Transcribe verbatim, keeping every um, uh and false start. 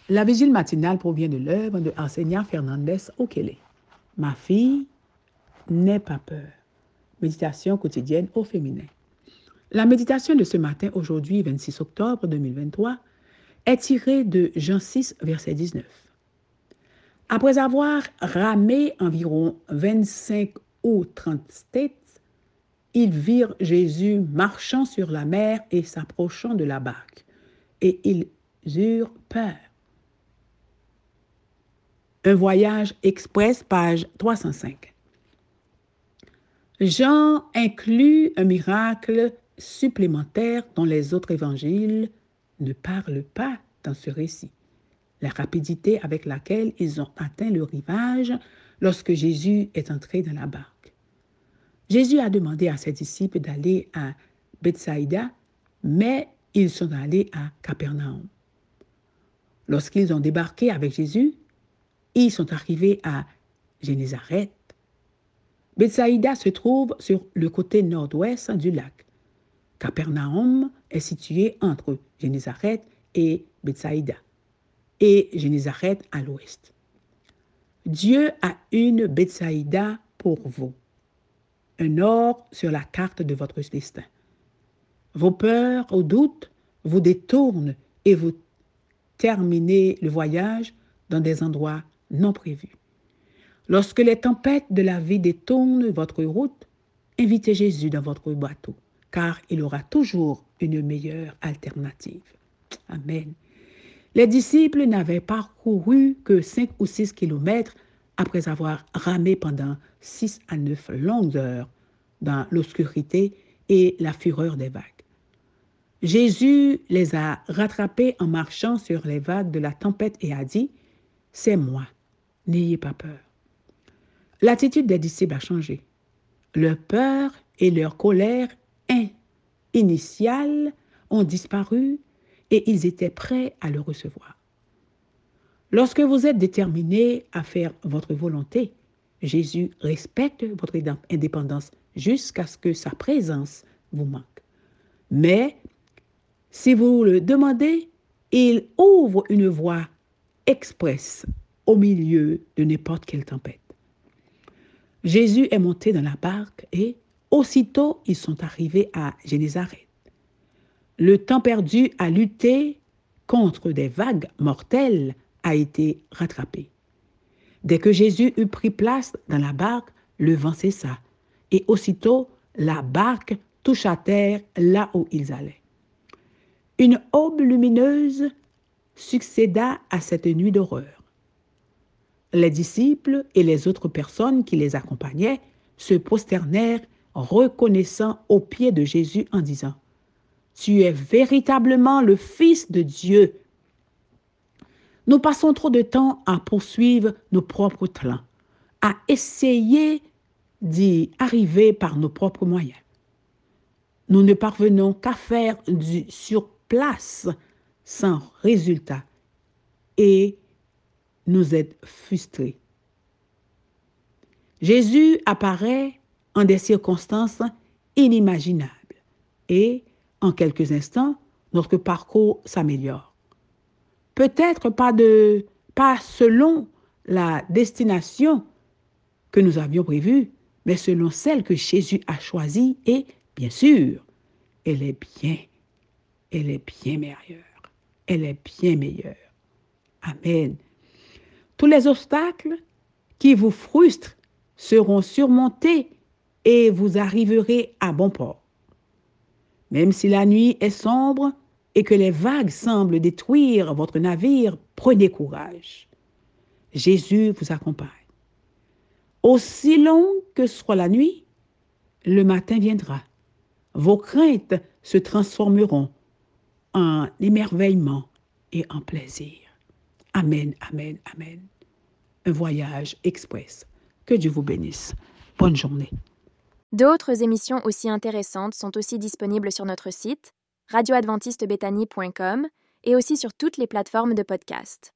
La vigile matinale provient de l'œuvre de Arsenia Fernandez Okele. Ma fille, n'aie pas peur. Méditation quotidienne au féminin. La méditation de ce matin, aujourd'hui, vingt-six octobre deux mille vingt-trois, est tirée de Jean six, verset dix-neuf. Après avoir ramé environ vingt-cinq ou trente states, ils virent Jésus marchant sur la mer et s'approchant de la barque, et ils eurent peur. Un voyage express, page trois cent cinq. Jean inclut un miracle supplémentaire dont les autres évangiles ne parlent pas dans ce récit. La rapidité avec laquelle ils ont atteint le rivage lorsque Jésus est entré dans la barque. Jésus a demandé à ses disciples d'aller à Bethsaïda, mais ils sont allés à Capernaum. Lorsqu'ils ont débarqué avec Jésus, ils sont arrivés à Génézareth. Bethsaïda se trouve sur le côté nord-ouest du lac. Capernaum est situé entre Génézareth et Bethsaïda, et Génézareth à l'ouest. Dieu a une Bethsaïda pour vous, un or sur la carte de votre destin. Vos peurs ou doutes vous détournent et vous terminez le voyage dans des endroits non prévus. Lorsque les tempêtes de la vie détournent votre route, invitez Jésus dans votre bateau, car il aura toujours une meilleure alternative. Amen. Les disciples n'avaient parcouru que cinq ou six kilomètres après avoir ramé pendant six à neuf longues heures dans l'obscurité et la fureur des vagues. Jésus les a rattrapés en marchant sur les vagues de la tempête et a dit « C'est moi, n'ayez pas peur ». L'attitude des disciples a changé. Leur peur et leur colère initiale ont disparu et ils étaient prêts à le recevoir. Lorsque vous êtes déterminés à faire votre volonté, Jésus respecte votre indépendance jusqu'à ce que sa présence vous manque. Mais si vous le demandez, il ouvre une voie express au milieu de n'importe quelle tempête. Jésus est monté dans la barque et aussitôt ils sont arrivés à Génézareth. Le temps perdu à lutter contre des vagues mortelles a été rattrapé. Dès que Jésus eut pris place dans la barque, le vent cessa et aussitôt la barque toucha terre là où ils allaient. Une aube lumineuse succéda à cette nuit d'horreur. Les disciples et les autres personnes qui les accompagnaient se prosternèrent, reconnaissant aux pieds de Jésus en disant « Tu es véritablement le Fils de Dieu ». Nous passons trop de temps à poursuivre nos propres plans, à essayer d'y arriver par nos propres moyens. Nous ne parvenons qu'à faire du sur place sans résultat et nous êtes frustrés. Jésus apparaît en des circonstances inimaginables et en quelques instants, notre parcours s'améliore. Peut-être pas, de, pas selon la destination que nous avions prévue, mais selon celle que Jésus a choisie et, bien sûr, elle est bien, elle est bien meilleure. Elle est bien meilleure. Amen. Tous les obstacles qui vous frustrent seront surmontés et vous arriverez à bon port. Même si la nuit est sombre et que les vagues semblent détruire votre navire, prenez courage. Jésus vous accompagne. Aussi longue que soit la nuit, le matin viendra. Vos craintes se transformeront en émerveillement et en plaisir. Amen, amen, amen. Un voyage express. Que Dieu vous bénisse. Bonne journée. D'autres émissions aussi intéressantes sont aussi disponibles sur notre site radio adventiste bethany point com et aussi sur toutes les plateformes de podcast.